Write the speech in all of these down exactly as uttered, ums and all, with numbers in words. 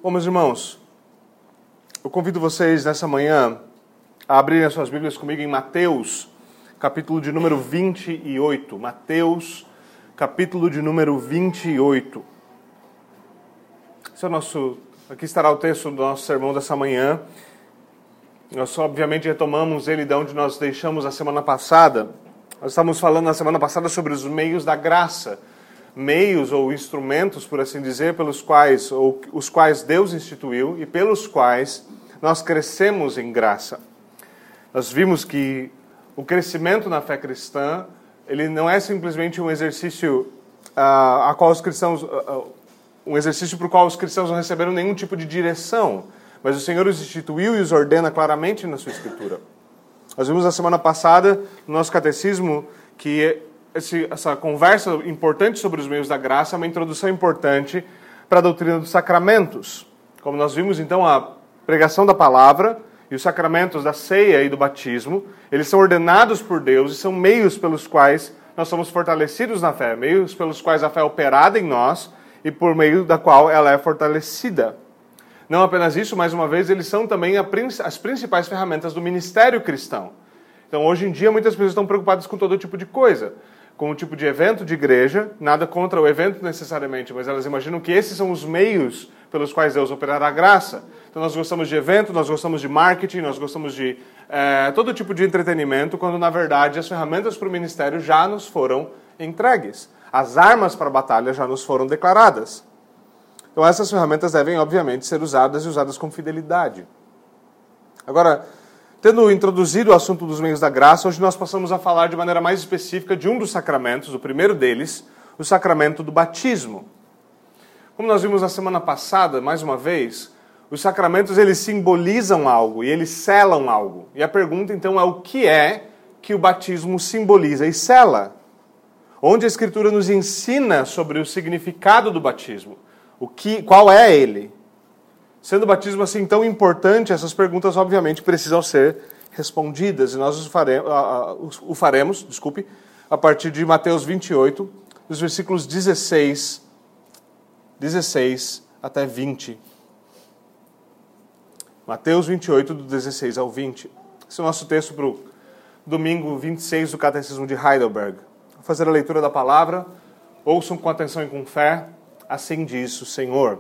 Bom, meus irmãos, eu convido vocês nessa manhã a abrirem as suas Bíblias comigo em Mateus, capítulo de número vinte e oito. Mateus, capítulo de número vinte e oito. Esse é o nosso, aqui estará o texto do nosso sermão dessa manhã. Nós, obviamente, retomamos ele de onde nós deixamos a semana passada. Nós estávamos falando na semana passada sobre os meios da graça. Meios ou instrumentos, por assim dizer, pelos quais, ou os quais Deus instituiu e pelos quais nós crescemos em graça. Nós vimos que o crescimento na fé cristã, ele não é simplesmente um exercício uh, a qual os cristãos, uh, um exercício para o qual os cristãos não receberam nenhum tipo de direção, mas o Senhor os instituiu e os ordena claramente na sua Escritura. Nós vimos na semana passada, no nosso catecismo, que esse, essa conversa importante sobre os meios da graça é uma introdução importante para a doutrina dos sacramentos. Como nós vimos, então, a pregação da palavra e os sacramentos da ceia e do batismo, eles são ordenados por Deus e são meios pelos quais nós somos fortalecidos na fé, meios pelos quais a fé é operada em nós e por meio da qual ela é fortalecida. Não apenas isso, mais uma vez, eles são também as principais ferramentas do ministério cristão. Então, hoje em dia, muitas pessoas estão preocupadas com todo tipo de coisa, com o tipo de evento de igreja, nada contra o evento necessariamente, mas elas imaginam que esses são os meios pelos quais Deus operará a graça. Então, nós gostamos de evento, nós gostamos de marketing, nós gostamos de é, todo tipo de entretenimento, quando, na verdade, as ferramentas para o ministério já nos foram entregues. As armas para a batalha já nos foram declaradas. Então, essas ferramentas devem, obviamente, ser usadas e usadas com fidelidade. Agora, tendo introduzido o assunto dos meios da graça, hoje nós passamos a falar de maneira mais específica de um dos sacramentos, o primeiro deles, o sacramento do batismo. Como nós vimos na semana passada, mais uma vez, os sacramentos eles simbolizam algo e eles selam algo. E a pergunta, então, é o que é que o batismo simboliza e sela? Onde a Escritura nos ensina sobre o significado do batismo? O que, qual é ele? Sendo o batismo assim tão importante, essas perguntas obviamente precisam ser respondidas. E nós o faremos, o faremos desculpe, a partir de Mateus vinte e oito, dos versículos dezesseis, dezesseis até vinte. Mateus vinte e oito, do dezesseis ao vinte. Esse é o nosso texto para o domingo vinte e seis do Catecismo de Heidelberg. Vou fazer a leitura da palavra. Ouçam com atenção e com fé. Assim diz o Senhor.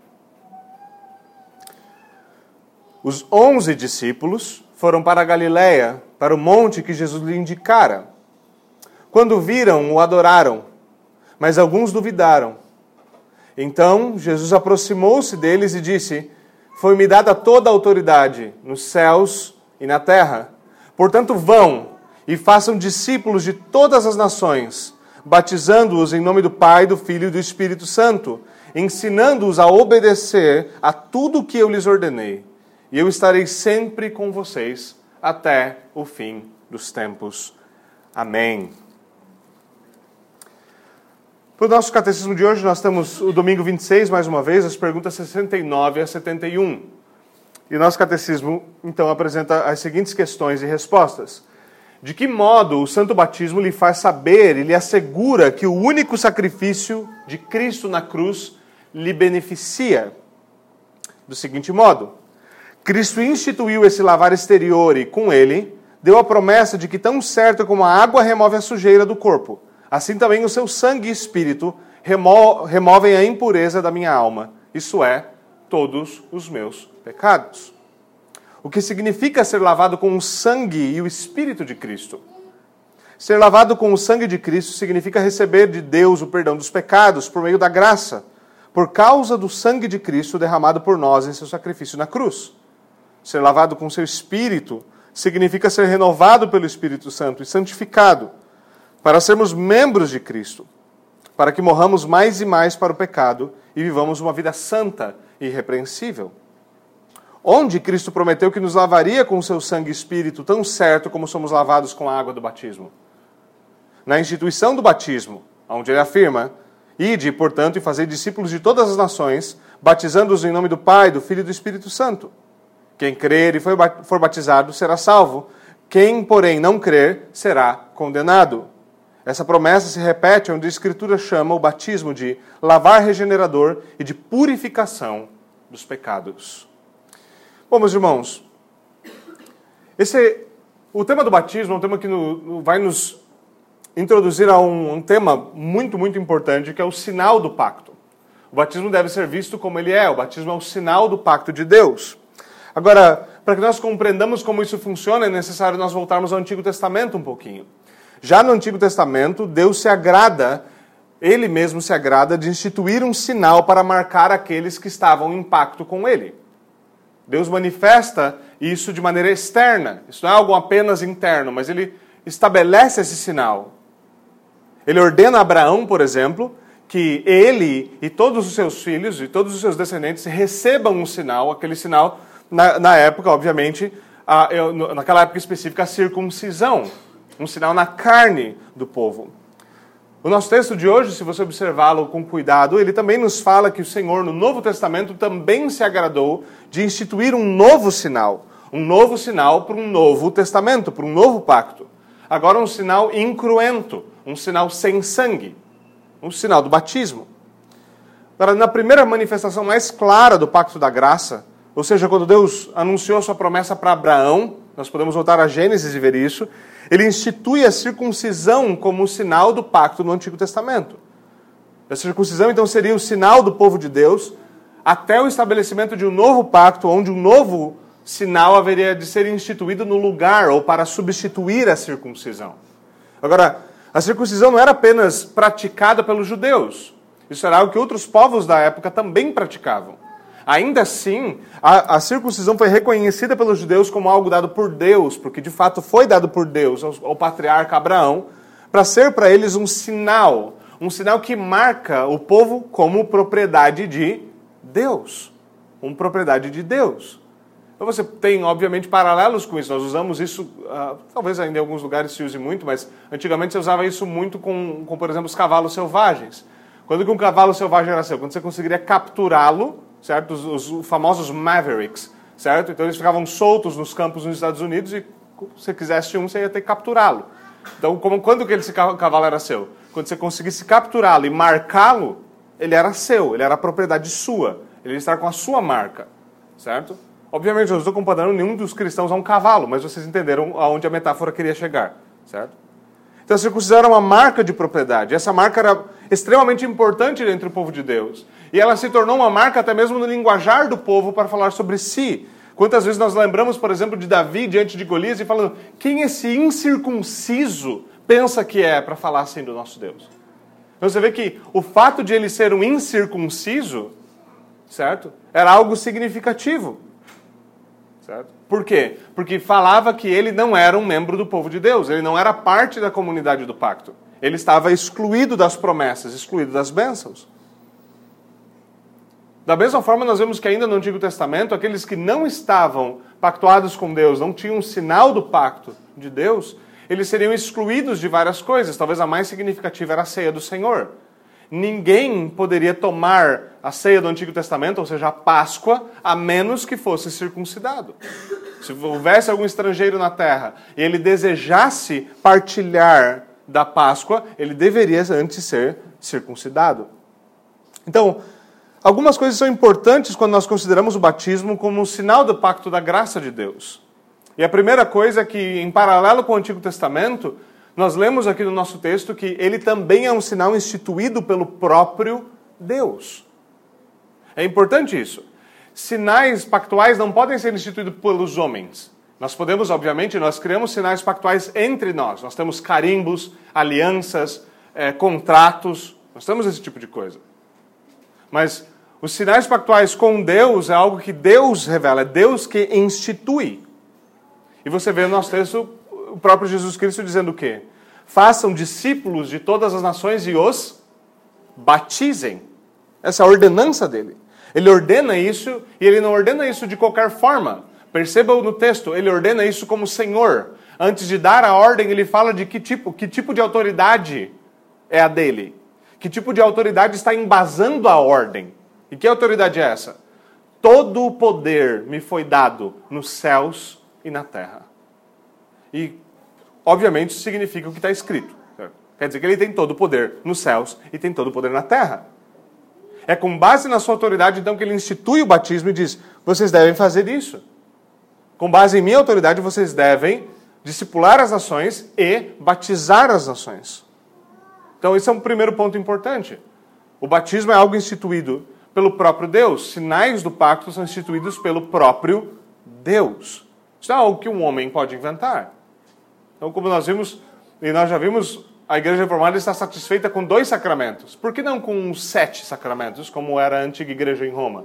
Os onze discípulos foram para a Galiléia, para o monte que Jesus lhe indicara. Quando viram, o adoraram, mas alguns duvidaram. Então Jesus aproximou-se deles e disse: Foi-me dada toda a autoridade nos céus e na terra. Portanto, vão e façam discípulos de todas as nações, batizando-os em nome do Pai, do Filho e do Espírito Santo, ensinando-os a obedecer a tudo o que eu lhes ordenei. E eu estarei sempre com vocês até o fim dos tempos. Amém. Para o nosso catecismo de hoje, nós temos o domingo vinte e seis, mais uma vez, as perguntas sessenta e nove a setenta e um. E o nosso catecismo, então, apresenta as seguintes questões e respostas. De que modo o santo batismo lhe faz saber e lhe assegura que o único sacrifício de Cristo na cruz lhe beneficia? Do seguinte modo: Cristo instituiu esse lavar exterior e, com ele, deu a promessa de que tão certo como a água remove a sujeira do corpo, assim também o seu sangue e espírito remo- removem a impureza da minha alma, isso é, todos os meus pecados. O que significa ser lavado com o sangue e o espírito de Cristo? Ser lavado com o sangue de Cristo significa receber de Deus o perdão dos pecados por meio da graça, por causa do sangue de Cristo derramado por nós em seu sacrifício na cruz. Ser lavado com seu Espírito significa ser renovado pelo Espírito Santo e santificado, para sermos membros de Cristo, para que morramos mais e mais para o pecado e vivamos uma vida santa e irrepreensível. Onde Cristo prometeu que nos lavaria com o seu sangue e Espírito, tão certo como somos lavados com a água do batismo? Na instituição do batismo, onde ele afirma: Ide, portanto, e fazei discípulos de todas as nações, batizando-os em nome do Pai, do Filho e do Espírito Santo. Quem crer e for batizado será salvo. Quem, porém, não crer será condenado. Essa promessa se repete onde a Escritura chama o batismo de lavar regenerador e de purificação dos pecados. Bom, meus irmãos, esse, o tema do batismo é um tema que no, vai nos introduzir a um, um tema muito, muito importante, que é o sinal do pacto. O batismo deve ser visto como ele é, o batismo é o sinal do pacto de Deus. Agora, para que nós compreendamos como isso funciona, é necessário nós voltarmos ao Antigo Testamento um pouquinho. Já no Antigo Testamento, Deus se agrada, Ele mesmo se agrada de instituir um sinal para marcar aqueles que estavam em pacto com Ele. Deus manifesta isso de maneira externa. Isso não é algo apenas interno, mas Ele estabelece esse sinal. Ele ordena a Abraão, por exemplo, que ele e todos os seus filhos e todos os seus descendentes recebam um sinal, aquele sinal, na, na época, obviamente, a, eu, naquela época específica, a circuncisão, um sinal na carne do povo. O nosso texto de hoje, se você observá-lo com cuidado, ele também nos fala que o Senhor, no Novo Testamento, também se agradou de instituir um novo sinal, um novo sinal para um novo testamento, para um novo pacto. Agora um sinal incruento, um sinal sem sangue, um sinal do batismo. Agora, na primeira manifestação mais clara do pacto da graça, ou seja, quando Deus anunciou sua promessa para Abraão, nós podemos voltar a Gênesis e ver isso, ele institui a circuncisão como o sinal do pacto no Antigo Testamento. A circuncisão, então, seria o sinal do povo de Deus até o estabelecimento de um novo pacto, onde um novo sinal haveria de ser instituído no lugar ou para substituir a circuncisão. Agora, a circuncisão não era apenas praticada pelos judeus. Isso era algo que outros povos da época também praticavam. Ainda assim, a, a circuncisão foi reconhecida pelos judeus como algo dado por Deus, porque de fato foi dado por Deus ao, ao patriarca Abraão, para ser para eles um sinal, um sinal que marca o povo como propriedade de Deus. Uma propriedade de Deus. Então você tem, obviamente, paralelos com isso. Nós usamos isso, uh, talvez ainda em alguns lugares se use muito, mas antigamente você usava isso muito com, com por exemplo, os cavalos selvagens. Quando que um cavalo selvagem era seu? Quando você conseguiria capturá-lo, certo? Os, os, os famosos Mavericks, certo? Então eles ficavam soltos nos campos nos Estados Unidos e se você quisesse um, você ia ter que capturá-lo. Então, como, quando que esse cavalo era seu? Quando você conseguisse capturá-lo e marcá-lo, ele era seu, ele era propriedade sua. Ele ia estar com a sua marca, certo? Obviamente, eu não estou comparando nenhum dos cristãos a um cavalo, mas vocês entenderam aonde a metáfora queria chegar, certo? Então, a circuncisão era uma marca de propriedade. Essa marca era extremamente importante entre o povo de Deus. E ela se tornou uma marca até mesmo no linguajar do povo para falar sobre si. Quantas vezes nós lembramos, por exemplo, de Davi diante de Golias e falando, quem esse incircunciso pensa que é para falar assim do nosso Deus? Então você vê que o fato de ele ser um incircunciso, certo? Era algo significativo. Certo? Por quê? Porque falava que ele não era um membro do povo de Deus, ele não era parte da comunidade do pacto. Ele estava excluído das promessas, excluído das bênçãos. Da mesma forma, nós vemos que ainda no Antigo Testamento, aqueles que não estavam pactuados com Deus, não tinham um sinal do pacto de Deus, eles seriam excluídos de várias coisas. Talvez a mais significativa era a ceia do Senhor. Ninguém poderia tomar a ceia do Antigo Testamento, ou seja, a Páscoa, a menos que fosse circuncidado. Se houvesse algum estrangeiro na terra e ele desejasse partilhar da Páscoa, ele deveria antes ser circuncidado. Então, algumas coisas são importantes quando nós consideramos o batismo como um sinal do pacto da graça de Deus. E a primeira coisa é que, em paralelo com o Antigo Testamento, nós lemos aqui no nosso texto que ele também é um sinal instituído pelo próprio Deus. É importante isso. Sinais pactuais não podem ser instituídos pelos homens. Nós podemos, obviamente, nós criamos sinais pactuais entre nós. Nós temos carimbos, alianças, é, contratos. Nós temos esse tipo de coisa. Mas os sinais pactuais com Deus é algo que Deus revela. É Deus que institui. E você vê no nosso texto o próprio Jesus Cristo dizendo o quê? Façam discípulos de todas as nações e os batizem. Essa é a ordenança dele. Ele ordena isso e ele não ordena isso de qualquer forma. Perceba no texto, ele ordena isso como Senhor. Antes de dar a ordem, ele fala de que tipo, que tipo de autoridade é a dele. Que tipo de autoridade está embasando a ordem. E que autoridade é essa? Todo o poder me foi dado nos céus e na terra. E, obviamente, isso significa o que está escrito. Quer dizer que ele tem todo o poder nos céus e tem todo o poder na terra. É com base na sua autoridade, então, que ele institui o batismo e diz, vocês devem fazer isso. Com base em minha autoridade, vocês devem discipular as nações e batizar as nações. Então, esse é um primeiro ponto importante. O batismo é algo instituído pelo próprio Deus. Sinais do pacto são instituídos pelo próprio Deus. Isso é algo que um homem pode inventar. Então, como nós vimos, e nós já vimos, a Igreja Reformada está satisfeita com dois sacramentos. Por que não com sete sacramentos, como era a antiga igreja em Roma?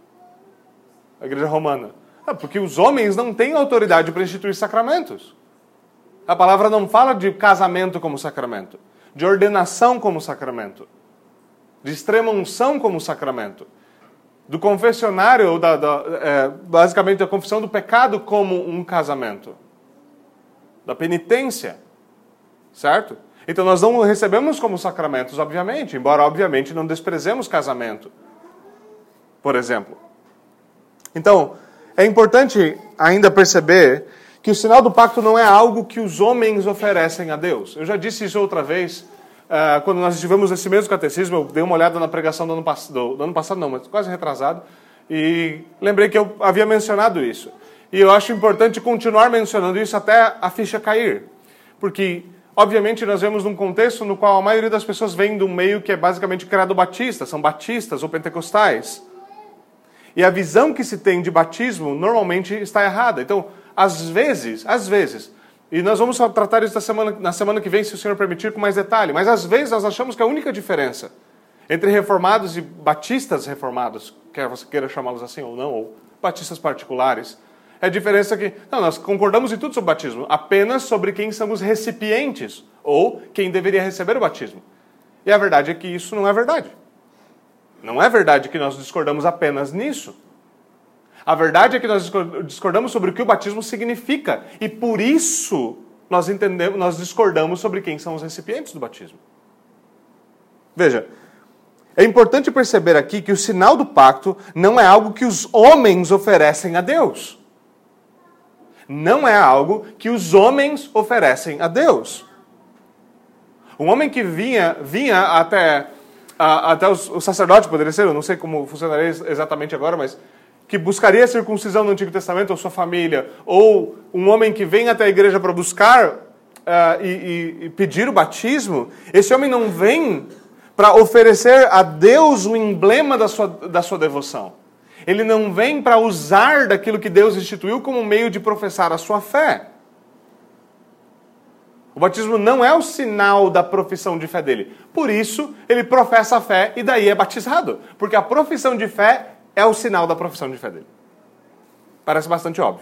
A Igreja Romana. Ah, porque os homens não têm autoridade para instituir sacramentos. A palavra não fala de casamento como sacramento, de ordenação como sacramento, de extrema unção como sacramento, do confessionário, ou da, da, é, basicamente da confissão do pecado como um casamento, da penitência, certo? Então nós não recebemos como sacramentos, obviamente, embora obviamente não desprezemos casamento, por exemplo. Então, é importante ainda perceber que o sinal do pacto não é algo que os homens oferecem a Deus. Eu já disse isso outra vez, uh, quando nós estivemos nesse mesmo catecismo, eu dei uma olhada na pregação do ano, pass- do, do ano passado, não, mas quase retrasado, e lembrei que eu havia mencionado isso. E eu acho importante continuar mencionando isso até a ficha cair. Porque, obviamente, nós vemos num contexto no qual a maioria das pessoas vem de um meio que é basicamente criado batista, são batistas ou pentecostais. E a visão que se tem de batismo normalmente está errada. Então, às vezes, às vezes, e nós vamos tratar isso na semana, na semana que vem, se o Senhor permitir, com mais detalhe, mas às vezes nós achamos que a única diferença entre reformados e batistas reformados, quer você queira chamá-los assim ou não, ou batistas particulares, é a diferença que, não, nós concordamos em tudo sobre o batismo, apenas sobre quem são os recipientes, ou quem deveria receber o batismo. E a verdade é que isso não é verdade. Não é verdade que nós discordamos apenas nisso. A verdade é que nós discordamos sobre o que o batismo significa. E por isso nós entendemos, nós discordamos sobre quem são os recipientes do batismo. Veja, é importante perceber aqui que o sinal do pacto não é algo que os homens oferecem a Deus. Não é algo que os homens oferecem a Deus. Um homem que vinha, vinha até, a, até os, o sacerdote, poderia ser, eu não sei como funcionaria exatamente agora, mas que buscaria a circuncisão no Antigo Testamento, ou sua família, ou um homem que vem até a igreja para buscar uh, e, e, e pedir o batismo, esse homem não vem para oferecer a Deus o emblema da sua, da sua devoção. Ele não vem para usar daquilo que Deus instituiu como meio de professar a sua fé. O batismo não é o sinal da profissão de fé dele. Por isso, ele professa a fé e daí é batizado. Porque a profissão de fé é o sinal da profissão de fé dele. Parece bastante óbvio.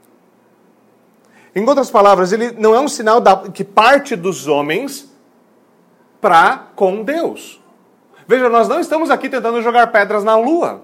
Em outras palavras, ele não é um sinal da, que parte dos homens para com Deus. Veja, nós não estamos aqui tentando jogar pedras na lua.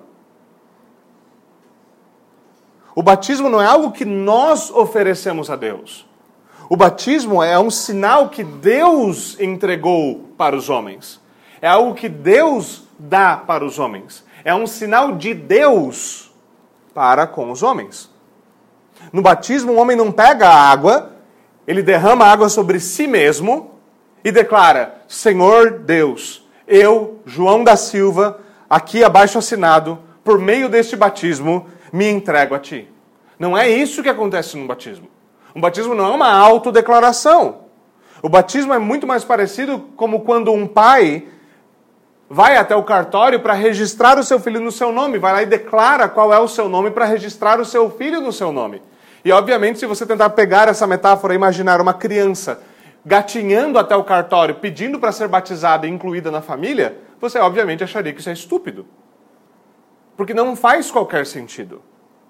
O batismo não é algo que nós oferecemos a Deus. O batismo é um sinal que Deus entregou para os homens. É algo que Deus dá para os homens. É um sinal de Deus para com os homens. No batismo, o homem não pega a água, ele derrama a água sobre si mesmo e declara: Senhor Deus, eu, João da Silva, aqui abaixo assinado, por meio deste batismo, me entrego a ti. Não é isso que acontece no batismo. O batismo não é uma autodeclaração. O batismo é muito mais parecido como quando um pai vai até o cartório para registrar o seu filho no seu nome, vai lá e declara qual é o seu nome para registrar o seu filho no seu nome. E, obviamente, se você tentar pegar essa metáfora e imaginar uma criança gatinhando até o cartório, pedindo para ser batizada e incluída na família, você, obviamente, acharia que isso é estúpido. Porque não faz qualquer sentido.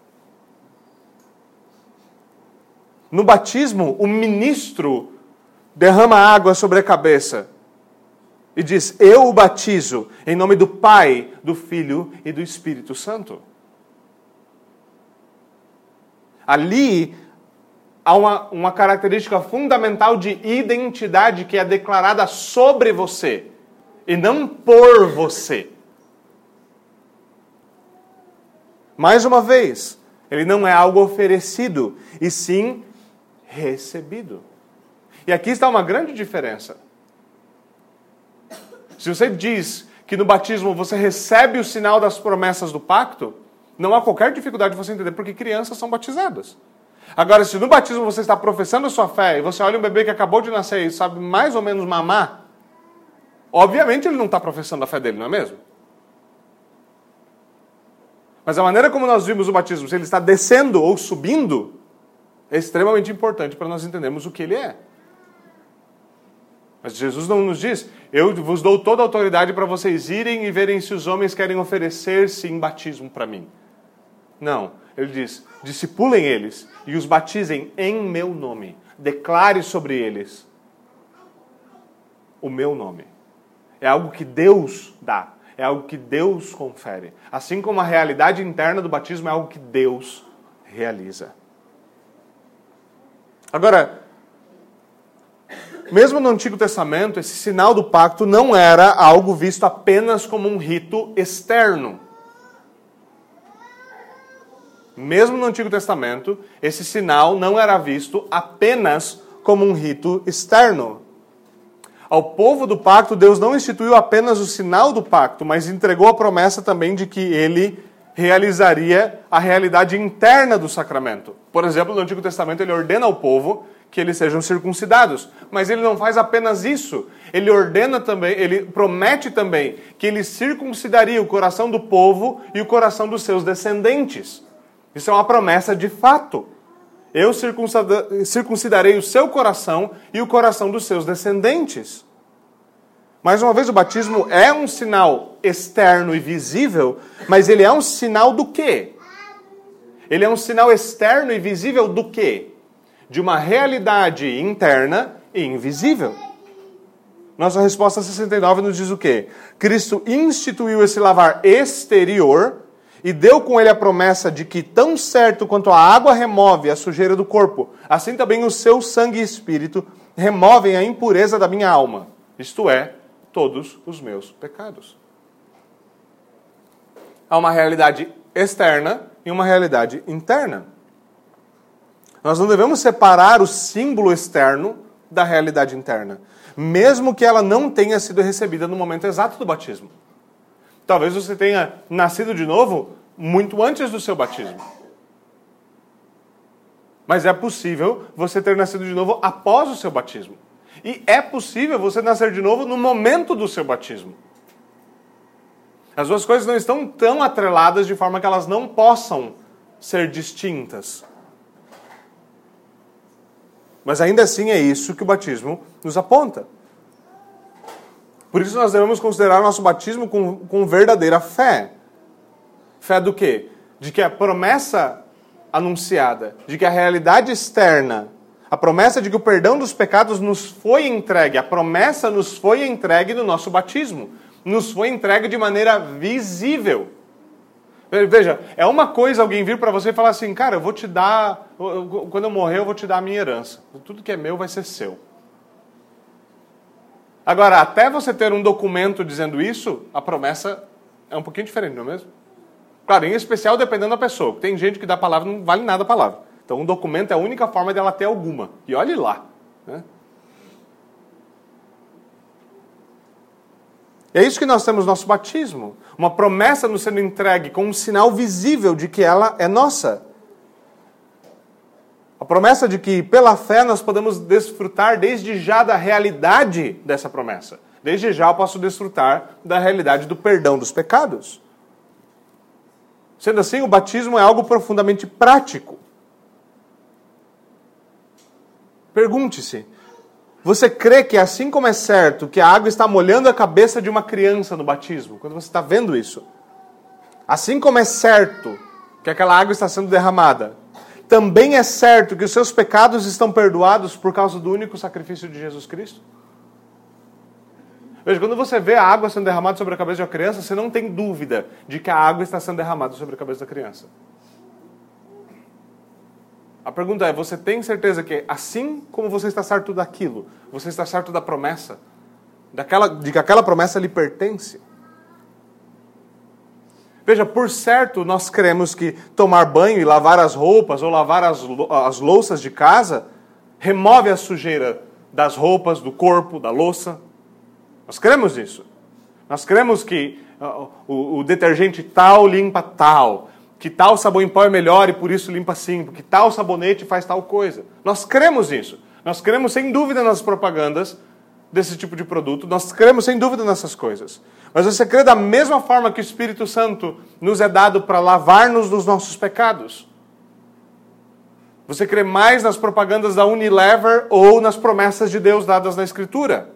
No batismo, o ministro derrama água sobre a cabeça e diz: eu o batizo em nome do Pai, do Filho e do Espírito Santo. Ali há uma, uma característica fundamental de identidade que é declarada sobre você e não por você. Mais uma vez, ele não é algo oferecido, e sim recebido. E aqui está uma grande diferença. Se você diz que no batismo você recebe o sinal das promessas do pacto, não há qualquer dificuldade de você entender porque crianças são batizadas. Agora, se no batismo você está professando a sua fé e você olha um bebê que acabou de nascer e sabe mais ou menos mamar, obviamente ele não está professando a fé dele, não é mesmo? Mas a maneira como nós vimos o batismo, se ele está descendo ou subindo, é extremamente importante para nós entendermos o que ele é. Mas Jesus não nos diz, eu vos dou toda a autoridade para vocês irem e verem se os homens querem oferecer-se em batismo para mim. Não, ele diz, discipulem eles e os batizem em meu nome. Declare sobre eles o meu nome. É algo que Deus dá, é algo que Deus confere. Assim como a realidade interna do batismo é algo que Deus realiza. Agora, mesmo no Antigo Testamento, esse sinal do pacto não era algo visto apenas como um rito externo. Mesmo no Antigo Testamento, esse sinal não era visto apenas como um rito externo. Ao povo do pacto, Deus não instituiu apenas o sinal do pacto, mas entregou a promessa também de que ele realizaria a realidade interna do sacramento. Por exemplo, no Antigo Testamento, ele ordena ao povo que eles sejam circuncidados. Mas ele não faz apenas isso. Ele ordena também, ele promete também que ele circuncidaria o coração do povo e o coração dos seus descendentes. Isso é uma promessa de fato. Eu circuncidarei o seu coração e o coração dos seus descendentes. Mais uma vez, o batismo é um sinal externo e visível, mas ele é um sinal do quê? Ele é um sinal externo e visível do quê? De uma realidade interna e invisível. Nossa resposta sessenta e nove nos diz o quê? Cristo instituiu esse lavar exterior e deu com ele a promessa de que tão certo quanto a água remove a sujeira do corpo, assim também o seu sangue e espírito removem a impureza da minha alma, isto é, todos os meus pecados. Há uma realidade externa e uma realidade interna. Nós não devemos separar o símbolo externo da realidade interna, mesmo que ela não tenha sido recebida no momento exato do batismo. Talvez você tenha nascido de novo muito antes do seu batismo. Mas é possível você ter nascido de novo após o seu batismo. E é possível você nascer de novo no momento do seu batismo. As duas coisas não estão tão atreladas de forma que elas não possam ser distintas. Mas ainda assim é isso que o batismo nos aponta. Por isso nós devemos considerar o nosso batismo com, com verdadeira fé. Fé do quê? De que a promessa anunciada, de que a realidade externa, a promessa de que o perdão dos pecados nos foi entregue, a promessa nos foi entregue no nosso batismo, nos foi entregue de maneira visível. Veja, é uma coisa alguém vir para você e falar assim, cara, eu vou te dar, quando eu morrer eu vou te dar a minha herança, tudo que é meu vai ser seu. Agora, até você ter um documento dizendo isso, a promessa é um pouquinho diferente, não é mesmo? Claro, em especial dependendo da pessoa. Tem gente que dá palavra, não vale nada a palavra. Então, um documento é a única forma dela ter alguma. E olhe lá. Né? É isso que nós temos no nosso batismo. Uma promessa nos sendo entregue com um sinal visível de que ela é nossa. A promessa de que, pela fé, nós podemos desfrutar desde já da realidade dessa promessa. Desde já eu posso desfrutar da realidade do perdão dos pecados. Sendo assim, o batismo é algo profundamente prático. Pergunte-se, você crê que assim como é certo que a água está molhando a cabeça de uma criança no batismo, quando você está vendo isso, assim como é certo que aquela água está sendo derramada, também é certo que os seus pecados estão perdoados por causa do único sacrifício de Jesus Cristo? Veja, quando você vê a água sendo derramada sobre a cabeça de uma criança, você não tem dúvida de que a água está sendo derramada sobre a cabeça da criança. A pergunta é, você tem certeza que assim como você está certo daquilo, você está certo da promessa? Daquela, de que aquela promessa lhe pertence? Veja, por certo, nós cremos que tomar banho e lavar as roupas ou lavar as, as louças de casa remove a sujeira das roupas, do corpo, da louça. Nós cremos nisso. Nós cremos que uh, o, o detergente tal limpa tal, que tal sabão em pó é melhor e por isso limpa assim, que tal sabonete faz tal coisa. Nós cremos nisso. Nós cremos sem dúvida nas propagandas desse tipo de produto. Nós cremos sem dúvida nessas coisas. Mas você crê da mesma forma que o Espírito Santo nos é dado para lavar-nos dos nossos pecados? Você crê mais nas propagandas da Unilever ou nas promessas de Deus dadas na Escritura?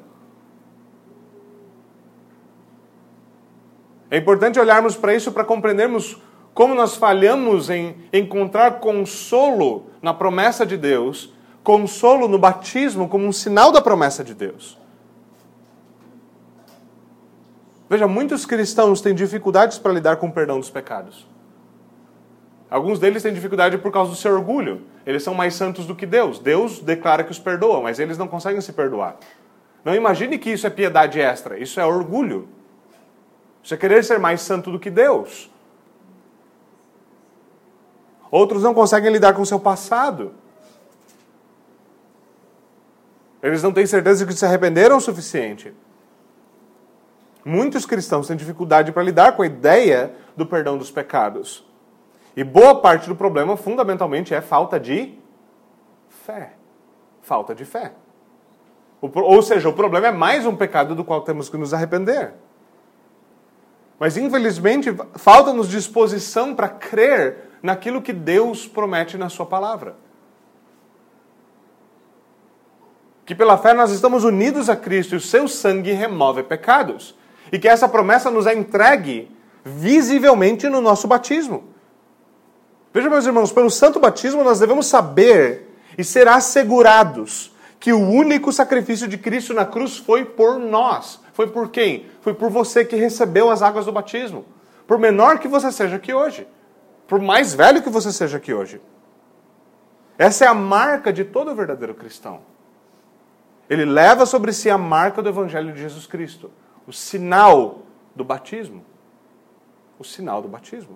É importante olharmos para isso para compreendermos como nós falhamos em encontrar consolo na promessa de Deus, consolo no batismo como um sinal da promessa de Deus. Veja, muitos cristãos têm dificuldades para lidar com o perdão dos pecados. Alguns deles têm dificuldade por causa do seu orgulho. Eles são mais santos do que Deus. Deus declara que os perdoa, mas eles não conseguem se perdoar. Não imagine que isso é piedade extra. Isso é orgulho. Isso é querer ser mais santo do que Deus. Outros não conseguem lidar com o seu passado. Eles não têm certeza de que se arrependeram o suficiente. Muitos cristãos têm dificuldade para lidar com a ideia do perdão dos pecados. E boa parte do problema, fundamentalmente, é falta de fé. Falta de fé. Ou seja, o problema é mais um pecado do qual temos que nos arrepender. Mas, infelizmente, falta-nos disposição para crer naquilo que Deus promete na sua palavra. Que pela fé nós estamos unidos a Cristo e o seu sangue remove pecados. E que essa promessa nos é entregue visivelmente no nosso batismo. Veja, meus irmãos, pelo santo batismo nós devemos saber e ser assegurados que o único sacrifício de Cristo na cruz foi por nós. Foi por quem? Foi por você que recebeu as águas do batismo. Por menor que você seja aqui hoje. Por mais velho que você seja aqui hoje. Essa é a marca de todo verdadeiro cristão. Ele leva sobre si a marca do Evangelho de Jesus Cristo. O sinal do batismo. O sinal do batismo.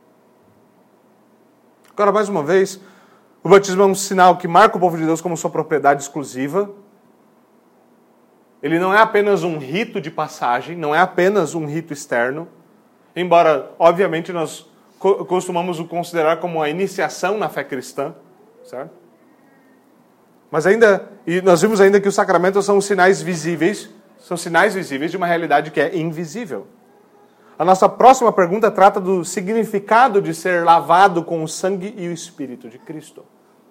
Agora, mais uma vez, o batismo é um sinal que marca o povo de Deus como sua propriedade exclusiva. Ele não é apenas um rito de passagem, não é apenas um rito externo. Embora, obviamente, nós costumamos o considerar como a iniciação na fé cristã. Certo? Mas ainda, e nós vimos ainda que os sacramentos são sinais visíveis, são sinais visíveis de uma realidade que é invisível. A nossa próxima pergunta trata do significado de ser lavado com o sangue e o Espírito de Cristo.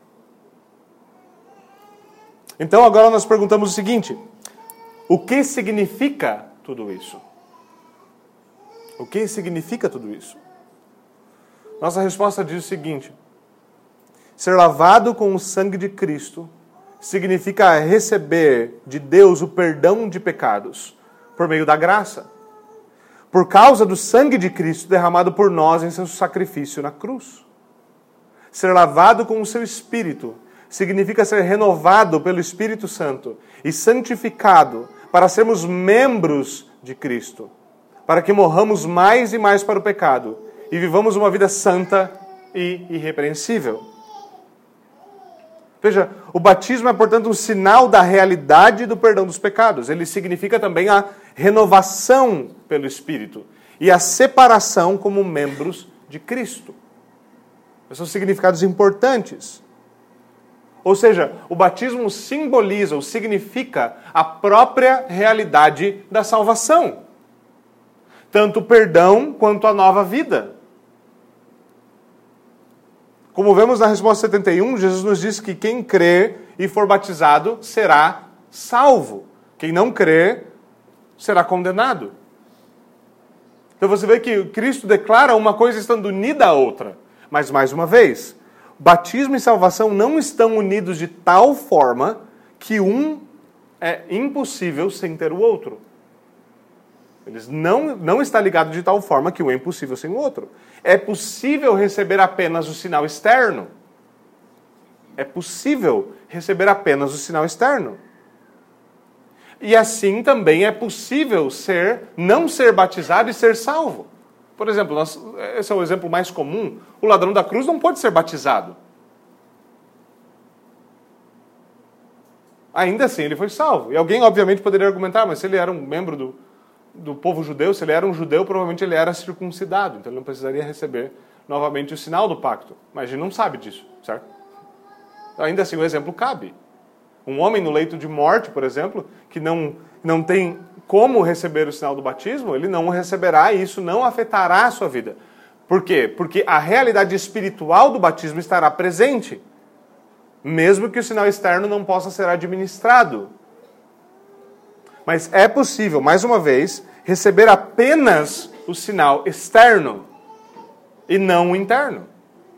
Então agora nós perguntamos o seguinte: o que significa tudo isso? O que significa tudo isso? Nossa resposta diz o seguinte: ser lavado com o sangue de Cristo significa receber de Deus o perdão de pecados por meio da graça. Por causa do sangue de Cristo derramado por nós em seu sacrifício na cruz. Ser lavado com o seu Espírito significa ser renovado pelo Espírito Santo e santificado para sermos membros de Cristo, para que morramos mais e mais para o pecado e vivamos uma vida santa e irrepreensível. Veja, o batismo é, portanto, um sinal da realidade do perdão dos pecados. Ele significa também a renovação pelo Espírito e a separação como membros de Cristo. Esses são significados importantes. Ou seja, o batismo simboliza ou significa a própria realidade da salvação. Tanto o perdão quanto a nova vida. Como vemos na resposta setenta e um, Jesus nos diz que quem crer e for batizado será salvo. Quem não crer será condenado. Então você vê que Cristo declara uma coisa estando unida à outra. Mas, mais uma vez, batismo e salvação não estão unidos de tal forma que um é impossível sem ter o outro. Eles não, não está ligado de tal forma que um é impossível sem o outro. É possível receber apenas o sinal externo. É possível receber apenas o sinal externo. E assim também é possível ser, não ser batizado e ser salvo. Por exemplo, nós, esse é o exemplo mais comum. O ladrão da cruz não pode ser batizado. Ainda assim ele foi salvo. E alguém obviamente poderia argumentar, mas se ele era um membro do, do povo judeu, se ele era um judeu, provavelmente ele era circuncidado, então ele não precisaria receber novamente o sinal do pacto. Mas a gente não sabe disso, certo? Ainda assim, o exemplo cabe. Um homem no leito de morte, por exemplo, que não, não tem como receber o sinal do batismo, ele não receberá e isso não afetará a sua vida. Por quê? Porque a realidade espiritual do batismo estará presente, mesmo que o sinal externo não possa ser administrado. Mas é possível, mais uma vez, receber apenas o sinal externo e não o interno.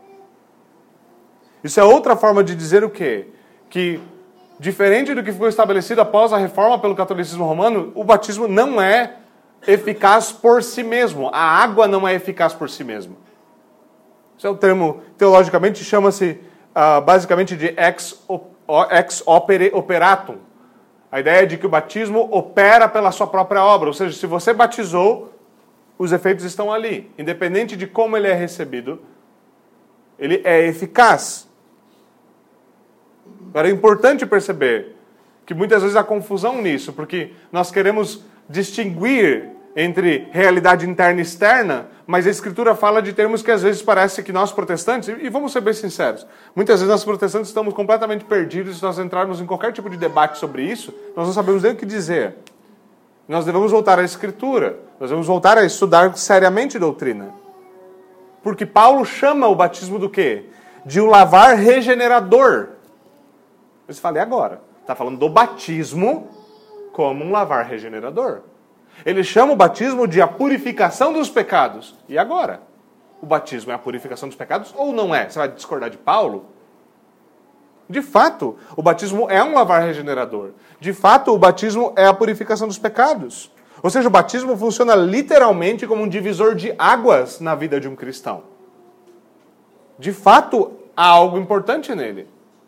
Isso é outra forma de dizer o quê? Que, diferente do que ficou estabelecido após a reforma pelo catolicismo romano, o batismo não é eficaz por si mesmo. A água não é eficaz por si mesma. Isso é o termo, teologicamente, chama-se uh, basicamente de ex, ex opere operatum. A ideia é de que o batismo opera pela sua própria obra. Ou seja, se você batizou, os efeitos estão ali. Independente de como ele é recebido, ele é eficaz. Agora, é importante perceber que muitas vezes há confusão nisso, porque nós queremos distinguir entre realidade interna e externa, mas a Escritura fala de termos que às vezes parece que nós protestantes, e vamos ser bem sinceros, muitas vezes nós protestantes estamos completamente perdidos, se nós entrarmos em qualquer tipo de debate sobre isso, nós não sabemos nem o que dizer. Nós devemos voltar à Escritura, nós devemos voltar a estudar seriamente doutrina. Porque Paulo chama o batismo do quê? De um lavar regenerador. Você fala, e agora? Está falando do batismo como um lavar regenerador. Ele chama o batismo de a purificação dos pecados. E agora? O batismo é a purificação dos pecados ou não é? Você vai discordar de Paulo? De fato, o batismo é um lavar regenerador. De fato, o batismo é a purificação dos pecados. Ou seja, o batismo funciona literalmente como um divisor de águas na vida de um cristão. De fato, há algo importante nele.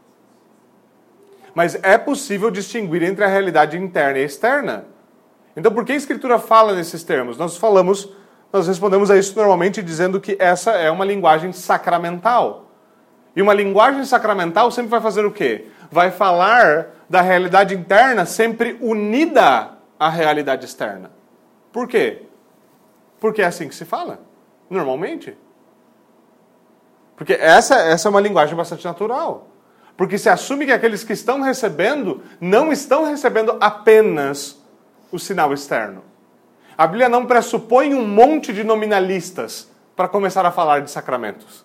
Mas é possível distinguir entre a realidade interna e externa. Então, por que a Escritura fala nesses termos? Nós falamos, nós respondemos a isso normalmente dizendo que essa é uma linguagem sacramental. E uma linguagem sacramental sempre vai fazer o quê? Vai falar da realidade interna sempre unida à realidade externa. Por quê? Porque é assim que se fala, normalmente. Porque essa, essa é uma linguagem bastante natural. Porque se assume que aqueles que estão recebendo não estão recebendo apenas o sinal externo. A Bíblia não pressupõe um monte de nominalistas para começar a falar de sacramentos.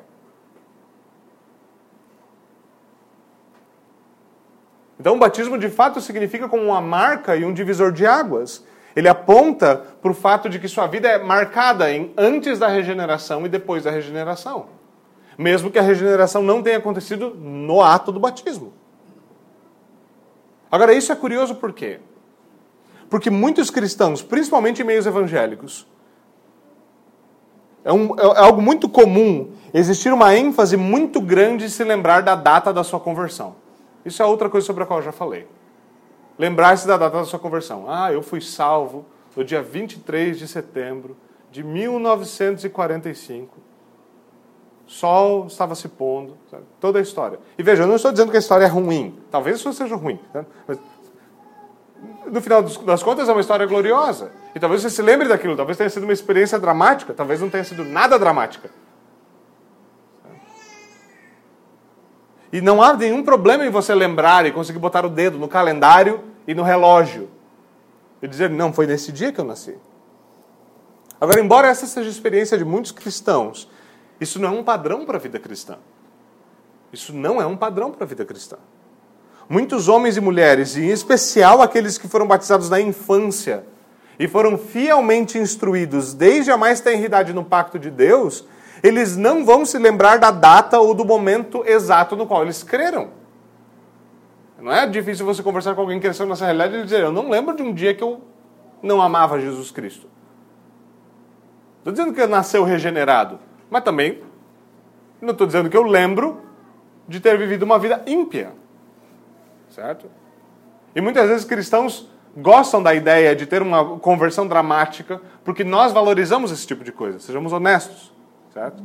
Então o batismo de fato significa como uma marca e um divisor de águas. Ele aponta para o fato de que sua vida é marcada em antes da regeneração e depois da regeneração. Mesmo que a regeneração não tenha acontecido no ato do batismo. Agora, isso é curioso por quê? Porque muitos cristãos, principalmente em meios evangélicos, é, um, é algo muito comum existir uma ênfase muito grande em se lembrar da data da sua conversão. Isso é outra coisa sobre a qual eu já falei. Lembrar-se da data da sua conversão. Ah, eu fui salvo no dia vinte e três de setembro de mil novecentos e quarenta e cinco. Sol estava se pondo, sabe? Toda a história. E veja, eu não estou dizendo que a história é ruim. Talvez isso seja ruim. Tá? Mas, no final das contas, é uma história gloriosa. E talvez você se lembre daquilo. Talvez tenha sido uma experiência dramática. Talvez não tenha sido nada dramática. E não há nenhum problema em você lembrar e conseguir botar o dedo no calendário e no relógio. E dizer, não, foi nesse dia que eu nasci. Agora, embora essa seja a experiência de muitos cristãos, isso não é um padrão para a vida cristã. Isso não é um padrão para a vida cristã. Muitos homens e mulheres, e em especial aqueles que foram batizados na infância e foram fielmente instruídos desde a mais tenra idade no pacto de Deus, eles não vão se lembrar da data ou do momento exato no qual eles creram. Não é difícil você conversar com alguém que cresceu nessa realidade e dizer, eu não lembro de um dia que eu não amava Jesus Cristo. Estou dizendo que nasceu regenerado, mas também não estou dizendo que eu lembro de ter vivido uma vida ímpia. Certo? E muitas vezes cristãos gostam da ideia de ter uma conversão dramática porque nós valorizamos esse tipo de coisa. Sejamos honestos. Certo?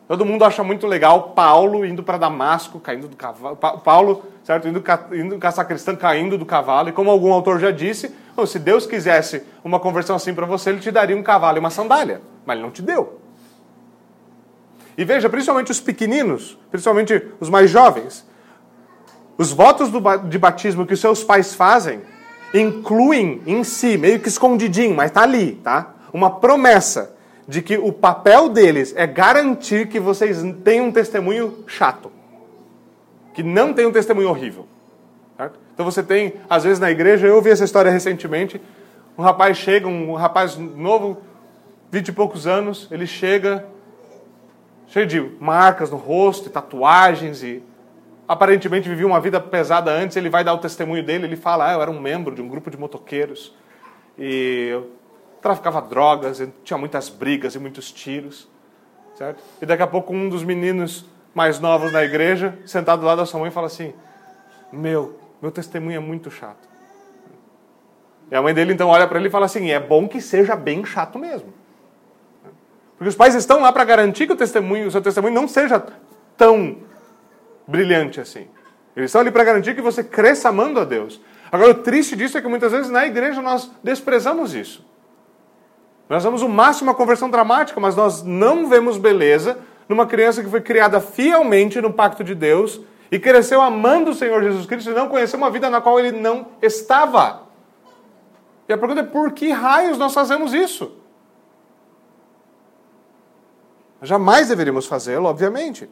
Todo mundo acha muito legal Paulo indo para Damasco, caindo do cavalo. Paulo, certo? Indo, ca... indo caçar cristão, caindo do cavalo. E como algum autor já disse, oh, se Deus quisesse uma conversão assim para você, Ele te daria um cavalo e uma sandália. Mas Ele não te deu. E veja, principalmente os pequeninos, principalmente os mais jovens, os votos do, de batismo que os seus pais fazem incluem em si, meio que escondidinho, mas está ali, tá? Uma promessa de que o papel deles é garantir que vocês tenham um testemunho chato. Que não tenham um testemunho horrível. Certo? Então você tem, às vezes na igreja, eu ouvi essa história recentemente, um rapaz chega, um rapaz novo, vinte e poucos anos, ele chega, cheio de marcas no rosto, e tatuagens, e aparentemente vivia uma vida pesada antes, ele vai dar o testemunho dele, ele fala, ah, eu era um membro de um grupo de motoqueiros, e eu traficava drogas, tinha muitas brigas e muitos tiros, certo? E daqui a pouco um dos meninos mais novos na igreja, sentado lá da sua mãe, fala assim, meu, meu testemunho é muito chato. E a mãe dele então olha para ele e fala assim, é bom que seja bem chato mesmo. Porque os pais estão lá para garantir que o testemunho, o seu testemunho não seja tão brilhante assim. Eles estão ali para garantir que você cresça amando a Deus. Agora, o triste disso é que muitas vezes na igreja nós desprezamos isso. Nós vemos o máximo a conversão dramática, mas nós não vemos beleza numa criança que foi criada fielmente no pacto de Deus e cresceu amando o Senhor Jesus Cristo e não conheceu uma vida na qual ele não estava. E a pergunta é, por que raios nós fazemos isso? Jamais deveríamos fazê-lo, obviamente.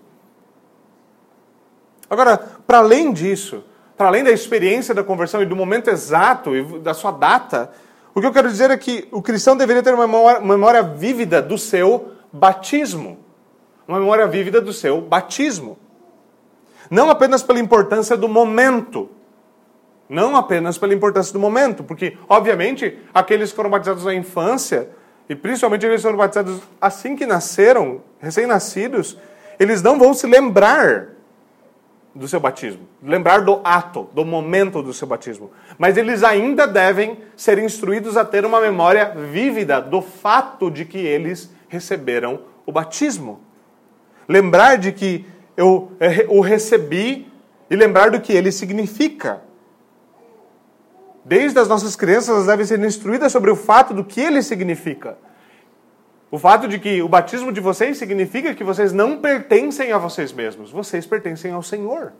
Agora, para além disso, para além da experiência da conversão e do momento exato e da sua data, o que eu quero dizer é que o cristão deveria ter uma memória, memória vívida do seu batismo. Uma memória vívida do seu batismo. Não apenas pela importância do momento. Não apenas pela importância do momento. Porque, obviamente, aqueles que foram batizados na infância, e principalmente aqueles que foram batizados assim que nasceram, recém-nascidos, eles não vão se lembrar do seu batismo. Lembrar do ato, do momento do seu batismo. Mas eles ainda devem ser instruídos a ter uma memória vívida do fato de que eles receberam o batismo. Lembrar de que eu o recebi e lembrar do que ele significa. Desde as nossas crianças, elas devem ser instruídas sobre o fato do que ele significa. O fato de que o batismo de vocês significa que vocês não pertencem a vocês mesmos. Vocês pertencem ao Senhor.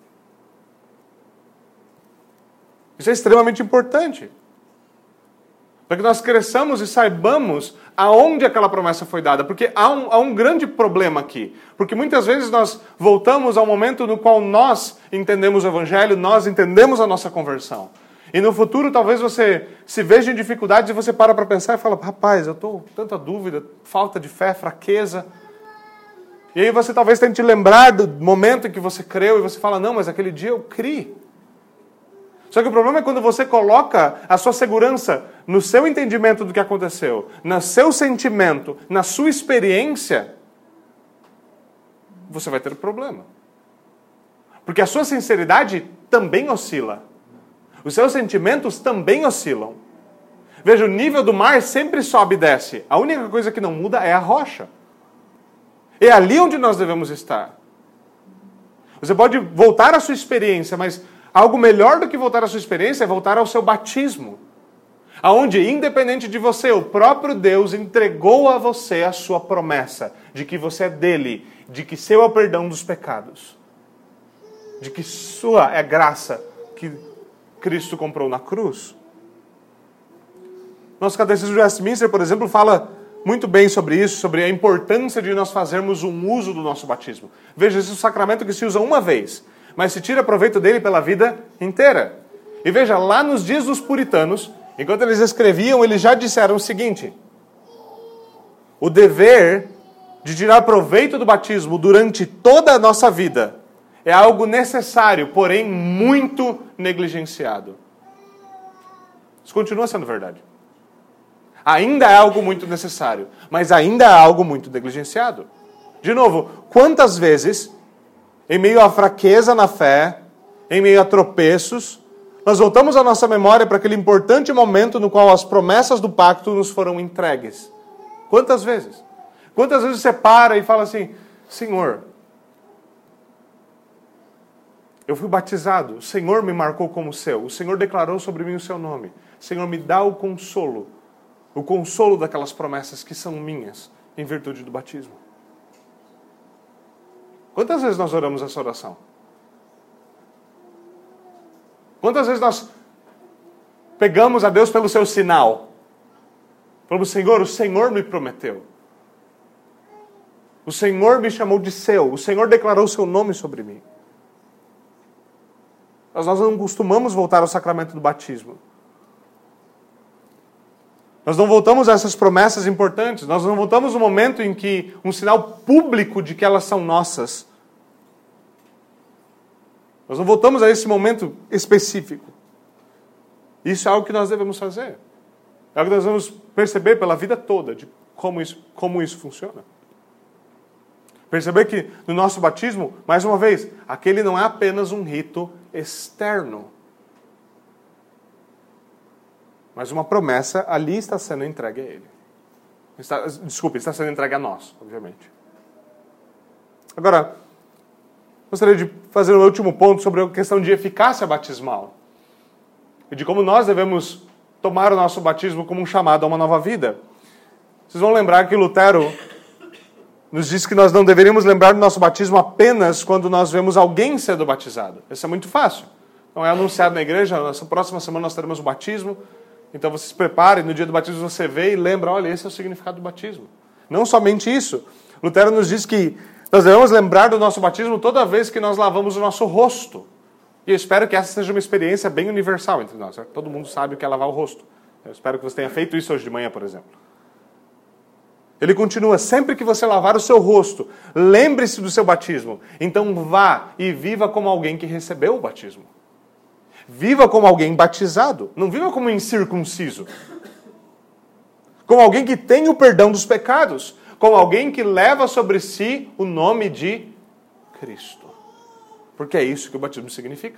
Isso é extremamente importante. Para que nós cresçamos e saibamos aonde aquela promessa foi dada. Porque há um, há um grande problema aqui. Porque muitas vezes nós voltamos ao momento no qual nós entendemos o Evangelho, nós entendemos a nossa conversão. E no futuro, talvez você se veja em dificuldades e você para para pensar e fala, rapaz, eu estou com tanta dúvida, falta de fé, fraqueza. E aí você talvez tente lembrar do momento em que você creu e você fala, não, mas aquele dia eu criei. Só que o problema é quando você coloca a sua segurança no seu entendimento do que aconteceu, no seu sentimento, na sua experiência, você vai ter um problema. Porque a sua sinceridade também oscila. Os seus sentimentos também oscilam. Veja, o nível do mar sempre sobe e desce. A única coisa que não muda é a rocha. É ali onde nós devemos estar. Você pode voltar à sua experiência, mas algo melhor do que voltar à sua experiência é voltar ao seu batismo. Aonde, independente de você, o próprio Deus entregou a você a sua promessa de que você é dele, de que seu é o perdão dos pecados, de que sua é graça que Cristo comprou na cruz. Nosso catecismo de Westminster, por exemplo, fala muito bem sobre isso, sobre a importância de nós fazermos um uso do nosso batismo. Veja, esse é um sacramento que se usa uma vez, mas se tira proveito dele pela vida inteira. E veja, lá nos dias dos puritanos, enquanto eles escreviam, eles já disseram o seguinte: o dever de tirar proveito do batismo durante toda a nossa vida é algo necessário, porém muito negligenciado. Isso continua sendo verdade. Ainda é algo muito necessário, mas ainda é algo muito negligenciado. De novo, quantas vezes, em meio à fraqueza na fé, em meio a tropeços, nós voltamos a nossa memória para aquele importante momento no qual as promessas do pacto nos foram entregues? Quantas vezes? Quantas vezes você para e fala assim, Senhor, eu fui batizado, o Senhor me marcou como seu, o Senhor declarou sobre mim o seu nome. Senhor, me dá o consolo, o consolo daquelas promessas que são minhas, em virtude do batismo. Quantas vezes nós oramos essa oração? Quantas vezes nós pegamos a Deus pelo seu sinal? Falamos, Senhor, o Senhor me prometeu. O Senhor me chamou de seu. O Senhor declarou o seu nome sobre mim. Mas nós não costumamos voltar ao sacramento do batismo. Nós não voltamos a essas promessas importantes. Nós não voltamos no momento em que um sinal público de que elas são nossas. Nós não voltamos a esse momento específico. Isso é algo que nós devemos fazer. É algo que nós devemos perceber pela vida toda de como isso, como isso funciona. Perceber que no nosso batismo, mais uma vez, aquele não é apenas um rito externo. Mas uma promessa ali está sendo entregue a Ele. Está, desculpe, está sendo entregue a nós, obviamente. Agora, gostaria de fazer um último ponto sobre a questão de eficácia batismal. E de como nós devemos tomar o nosso batismo como um chamado a uma nova vida. Vocês vão lembrar que Lutero nos diz que nós não deveríamos lembrar do nosso batismo apenas quando nós vemos alguém sendo batizado. Isso é muito fácil. Então é anunciado na igreja, na próxima semana nós teremos o batismo. Então você se prepare, no dia do batismo você vê e lembra, olha, esse é o significado do batismo. Não somente isso. Lutero nos diz que nós devemos lembrar do nosso batismo toda vez que nós lavamos o nosso rosto. E eu espero que essa seja uma experiência bem universal entre nós. Todo mundo sabe o que é lavar o rosto. Eu espero que você tenha feito isso hoje de manhã, por exemplo. Ele continua, sempre que você lavar o seu rosto, lembre-se do seu batismo. Então vá e viva como alguém que recebeu o batismo. Viva como alguém batizado. Não viva como um incircunciso. Como alguém que tem o perdão dos pecados. Como alguém que leva sobre si o nome de Cristo. Porque é isso que o batismo significa.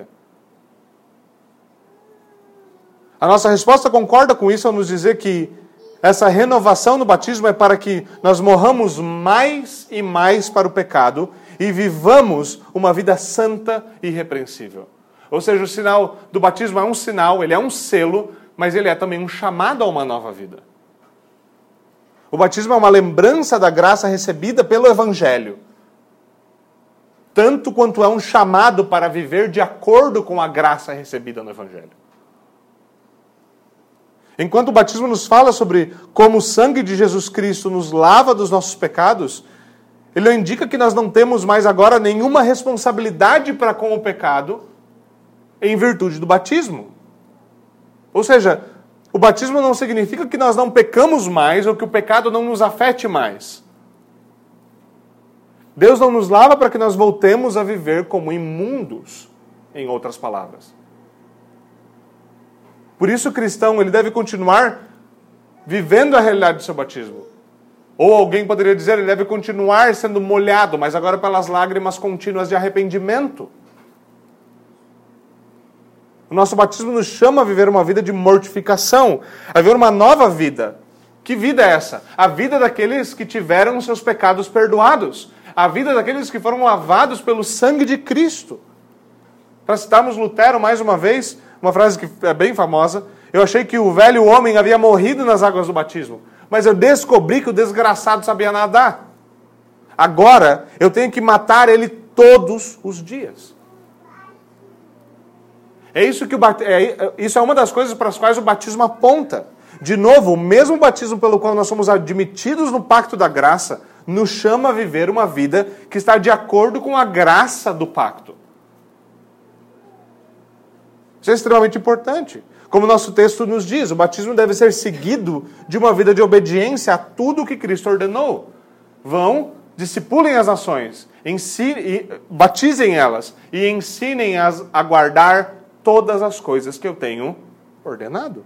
A nossa resposta concorda com isso ao nos dizer que essa renovação no batismo é para que nós morramos mais e mais para o pecado e vivamos uma vida santa e irrepreensível. Ou seja, o sinal do batismo é um sinal, ele é um selo, mas ele é também um chamado a uma nova vida. O batismo é uma lembrança da graça recebida pelo Evangelho, tanto quanto é um chamado para viver de acordo com a graça recebida no Evangelho. Enquanto o batismo nos fala sobre como o sangue de Jesus Cristo nos lava dos nossos pecados, ele indica que nós não temos mais agora nenhuma responsabilidade para com o pecado em virtude do batismo. Ou seja, o batismo não significa que nós não pecamos mais ou que o pecado não nos afete mais. Deus não nos lava para que nós voltemos a viver como imundos, em outras palavras. Por isso o cristão ele deve continuar vivendo a realidade do seu batismo. Ou alguém poderia dizer, ele deve continuar sendo molhado, mas agora pelas lágrimas contínuas de arrependimento. O nosso batismo nos chama a viver uma vida de mortificação, a viver uma nova vida. Que vida é essa? A vida daqueles que tiveram seus pecados perdoados. A vida daqueles que foram lavados pelo sangue de Cristo. Para citarmos Lutero mais uma vez, uma frase que é bem famosa, eu achei que o velho homem havia morrido nas águas do batismo, mas eu descobri que o desgraçado sabia nadar. Agora, eu tenho que matar ele todos os dias. É isso que o bat... é... Isso é uma das coisas para as quais o batismo aponta. De novo, o mesmo batismo pelo qual nós somos admitidos no pacto da graça, nos chama a viver uma vida que está de acordo com a graça do pacto. Isso é extremamente importante. Como o nosso texto nos diz, o batismo deve ser seguido de uma vida de obediência a tudo o que Cristo ordenou. Vão, discipulem as nações, ensine, batizem elas e ensinem-as a guardar todas as coisas que eu tenho ordenado.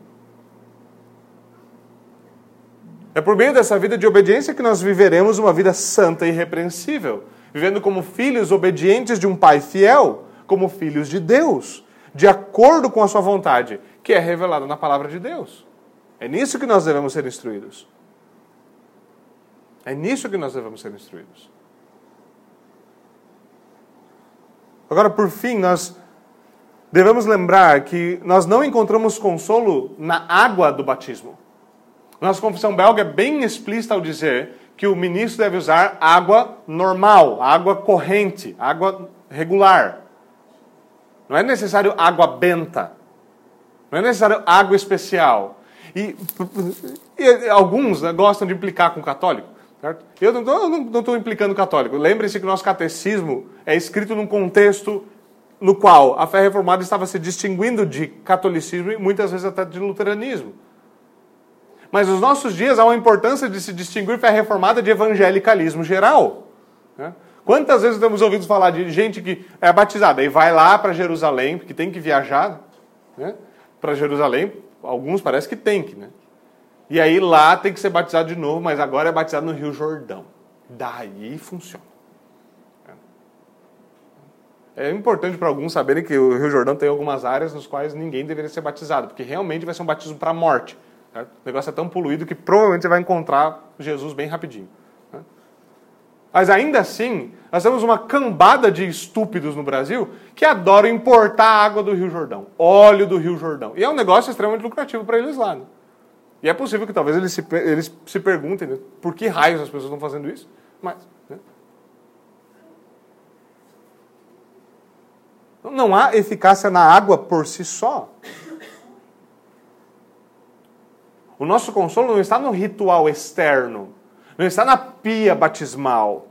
É por meio dessa vida de obediência que nós viveremos uma vida santa e irrepreensível, vivendo como filhos obedientes de um Pai fiel, como filhos de Deus, de acordo com a sua vontade, que é revelada na palavra de Deus. É nisso que nós devemos ser instruídos. É nisso que nós devemos ser instruídos. Agora, por fim, nós devemos lembrar que nós não encontramos consolo na água do batismo. Nossa confissão belga é bem explícita ao dizer que o ministro deve usar água normal, água corrente, água regular. Não é necessário água benta. Não é necessário água especial. E, e alguns, né, gostam de implicar com o católico. Certo? Eu não estou implicando o católico. Lembre-se que o nosso catecismo é escrito num contexto no qual a fé reformada estava se distinguindo de catolicismo e muitas vezes até de luteranismo. Mas nos nossos dias há uma importância de se distinguir fé reformada de evangelicalismo geral. Né? Quantas vezes temos ouvido falar de gente que é batizada e vai lá para Jerusalém, porque tem que viajar, né, para Jerusalém, alguns parece que tem que, né? E aí lá tem que ser batizado de novo, mas agora é batizado no Rio Jordão. Daí funciona. É importante para alguns saberem que o Rio Jordão tem algumas áreas nas quais ninguém deveria ser batizado, porque realmente vai ser um batismo para a morte. Certo? O negócio é tão poluído que provavelmente você vai encontrar Jesus bem rapidinho. Né? Mas ainda assim, nós temos uma cambada de estúpidos no Brasil que adoram importar água do Rio Jordão, óleo do Rio Jordão. E é um negócio extremamente lucrativo para eles lá. Né? E é possível que talvez eles se, eles se perguntem, né, por que raios as pessoas estão fazendo isso. Mas, né? Não há eficácia na água por si só. O nosso consolo não está no ritual externo, não está na pia batismal.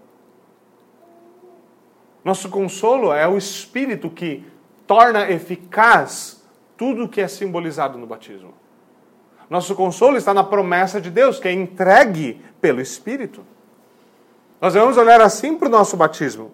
Nosso consolo é o Espírito que torna eficaz tudo o que é simbolizado no batismo. Nosso consolo está na promessa de Deus, que é entregue pelo Espírito. Nós devemos olhar assim para o nosso batismo,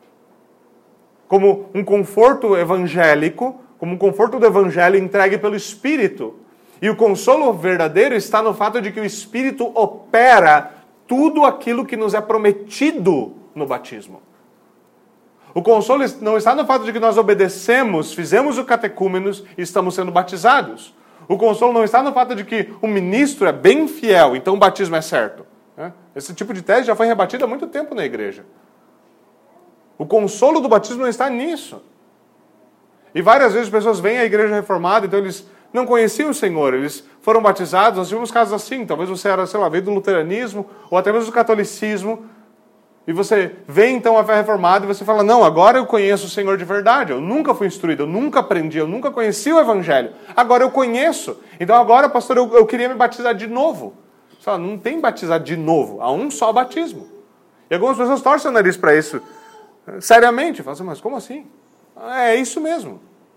como um conforto evangélico, como um conforto do Evangelho entregue pelo Espírito. E o consolo verdadeiro está no fato de que o Espírito opera tudo aquilo que nos é prometido no batismo. O consolo não está no fato de que nós obedecemos, fizemos o catecúmenos e estamos sendo batizados. O consolo não está no fato de que o ministro é bem fiel, então o batismo é certo. Esse tipo de tese já foi rebatido há muito tempo na igreja. O consolo do batismo não está nisso. E várias vezes as pessoas vêm à igreja reformada, então eles não conheciam o Senhor, eles foram batizados, nós tivemos casos assim, talvez você era, sei lá, veio do luteranismo, ou até mesmo do catolicismo, e você vem então à fé reformada e você fala, não, agora eu conheço o Senhor de verdade, eu nunca fui instruído, eu nunca aprendi, eu nunca conheci o Evangelho, agora eu conheço, então agora, pastor, eu, eu queria me batizar de novo. Você fala, não tem batizar de novo, há um só batismo. E algumas pessoas torcem o nariz para isso, seriamente, falam assim, mas como assim? É isso mesmo.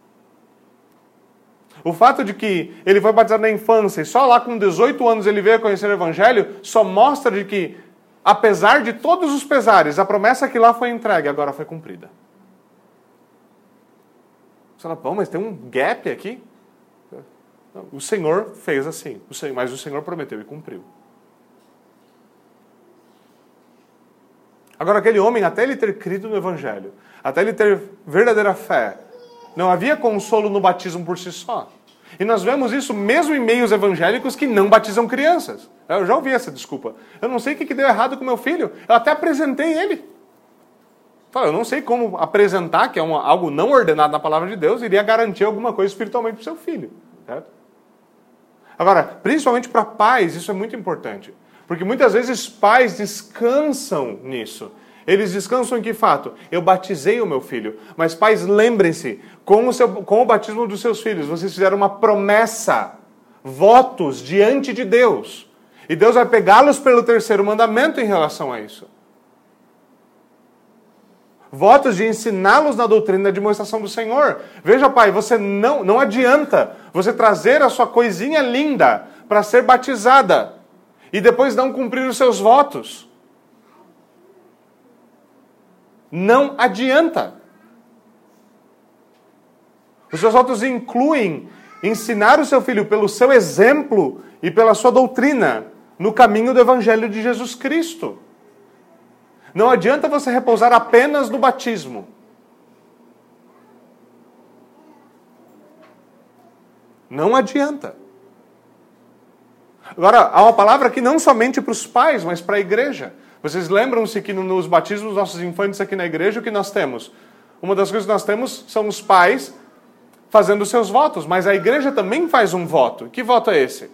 O fato de que ele foi batizado na infância e só lá com dezoito anos ele veio a conhecer o Evangelho, só mostra de que, apesar de todos os pesares, a promessa que lá foi entregue agora foi cumprida. Você fala, pô, mas tem um gap aqui? O Senhor fez assim, mas o Senhor prometeu e cumpriu. Agora, aquele homem, até ele ter crido no Evangelho, até ele ter verdadeira fé, não havia consolo no batismo por si só. E nós vemos isso mesmo em meios evangélicos que não batizam crianças. Eu já ouvi essa desculpa. Eu não sei o que deu errado com meu filho. Eu até apresentei ele. Eu não sei como apresentar, que é uma, algo não ordenado na palavra de Deus, iria garantir alguma coisa espiritualmente para o seu filho. Certo? Agora, principalmente para pais, isso é muito importante. Porque muitas vezes pais descansam nisso. Eles descansam em que fato? Eu batizei o meu filho. Mas pais, lembrem-se, com o, seu, com o batismo dos seus filhos, vocês fizeram uma promessa, votos diante de Deus. E Deus vai pegá-los pelo terceiro mandamento em relação a isso. Votos de ensiná-los na doutrina e na demonstração do Senhor. Veja, pai, você não, não adianta você trazer a sua coisinha linda para ser batizada e depois não cumprir os seus votos. Não adianta. Os seus votos incluem ensinar o seu filho pelo seu exemplo e pela sua doutrina no caminho do Evangelho de Jesus Cristo. Não adianta você repousar apenas no batismo. Não adianta. Agora, há uma palavra aqui não somente para os pais, mas para a igreja. Vocês lembram-se que nos batismos dos nossos infantes aqui na igreja, o que nós temos? Uma das coisas que nós temos são os pais fazendo os seus votos, mas a igreja também faz um voto. Que voto é esse?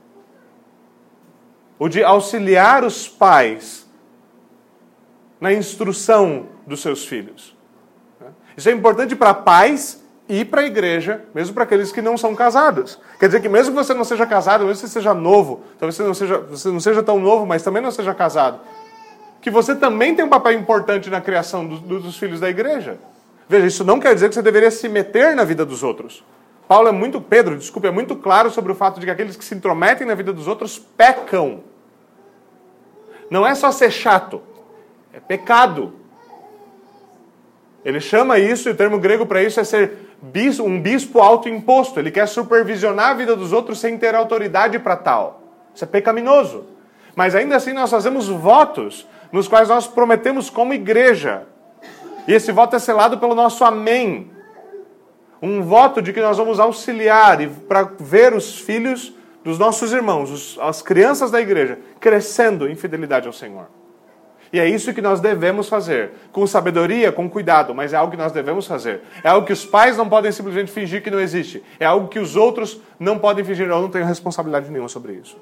O de auxiliar os pais na instrução dos seus filhos. Isso é importante para pais e para a igreja, mesmo para aqueles que não são casados. Quer dizer que mesmo que você não seja casado, mesmo que você seja novo, talvez você não seja, você não seja tão novo, mas também não seja casado, que você também tem um papel importante na criação do, do, dos filhos da igreja. Veja, isso não quer dizer que você deveria se meter na vida dos outros. Paulo é muito, Pedro, desculpe, é muito claro sobre o fato de que aqueles que se intrometem na vida dos outros pecam. Não é só ser chato, é pecado. Ele chama isso, e o termo grego para isso é ser bispo, um bispo autoimposto. Ele quer supervisionar a vida dos outros sem ter autoridade para tal. Isso é pecaminoso. Mas ainda assim nós fazemos votos nos quais nós prometemos como igreja. E esse voto é selado pelo nosso amém. Um voto de que nós vamos auxiliar para ver os filhos dos nossos irmãos, os, as crianças da igreja, crescendo em fidelidade ao Senhor. E é isso que nós devemos fazer, com sabedoria, com cuidado, mas é algo que nós devemos fazer. É algo que os pais não podem simplesmente fingir que não existe. É algo que os outros não podem fingir, eu não tenho responsabilidade nenhuma sobre isso.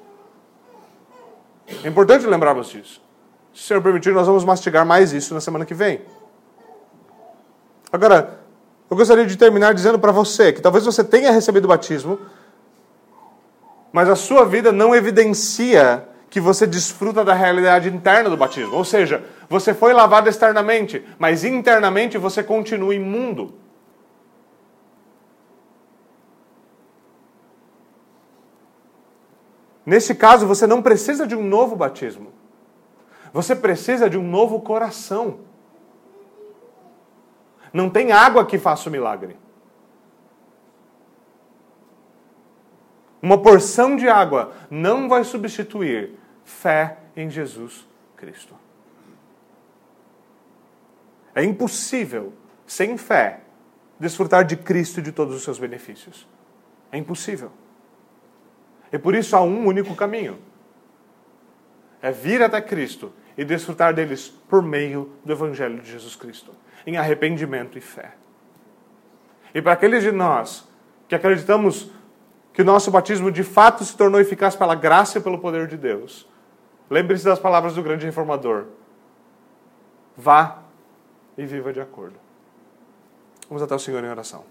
É importante lembrarmos disso. Se o Senhor permitir, nós vamos mastigar mais isso na semana que vem. Agora, eu gostaria de terminar dizendo para você que talvez você tenha recebido o batismo, mas a sua vida não evidencia que você desfruta da realidade interna do batismo. Ou seja, você foi lavado externamente, mas internamente você continua imundo. Nesse caso, você não precisa de um novo batismo. Você precisa de um novo coração. Não tem água que faça o milagre. Uma porção de água não vai substituir fé em Jesus Cristo. É impossível, sem fé, desfrutar de Cristo e de todos os seus benefícios. É impossível. E por isso há um único caminho. É vir até Cristo e desfrutar deles por meio do Evangelho de Jesus Cristo, em arrependimento e fé. E para aqueles de nós que acreditamos que o nosso batismo de fato se tornou eficaz pela graça e pelo poder de Deus, lembre-se das palavras do grande reformador. Vá e viva de acordo. Vamos até o Senhor em oração.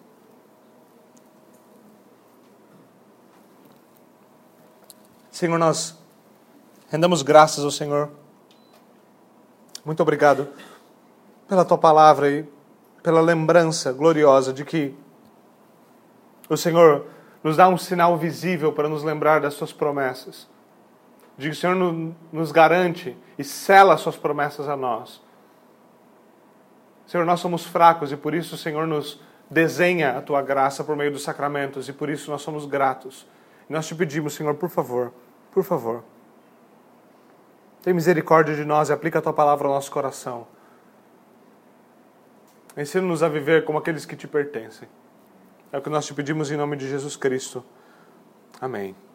Senhor, nós rendemos graças ao Senhor. Muito obrigado pela Tua palavra e pela lembrança gloriosa de que o Senhor nos dá um sinal visível para nos lembrar das Suas promessas. De que o Senhor nos garante e sela as Suas promessas a nós. Senhor, nós somos fracos e por isso o Senhor nos desenha a Tua graça por meio dos sacramentos e por isso nós somos gratos. E nós te pedimos, Senhor, por favor, por favor, tem misericórdia de nós e aplica a Tua palavra ao nosso coração. Ensina-nos a viver como aqueles que Te pertencem. É o que nós te pedimos em nome de Jesus Cristo. Amém.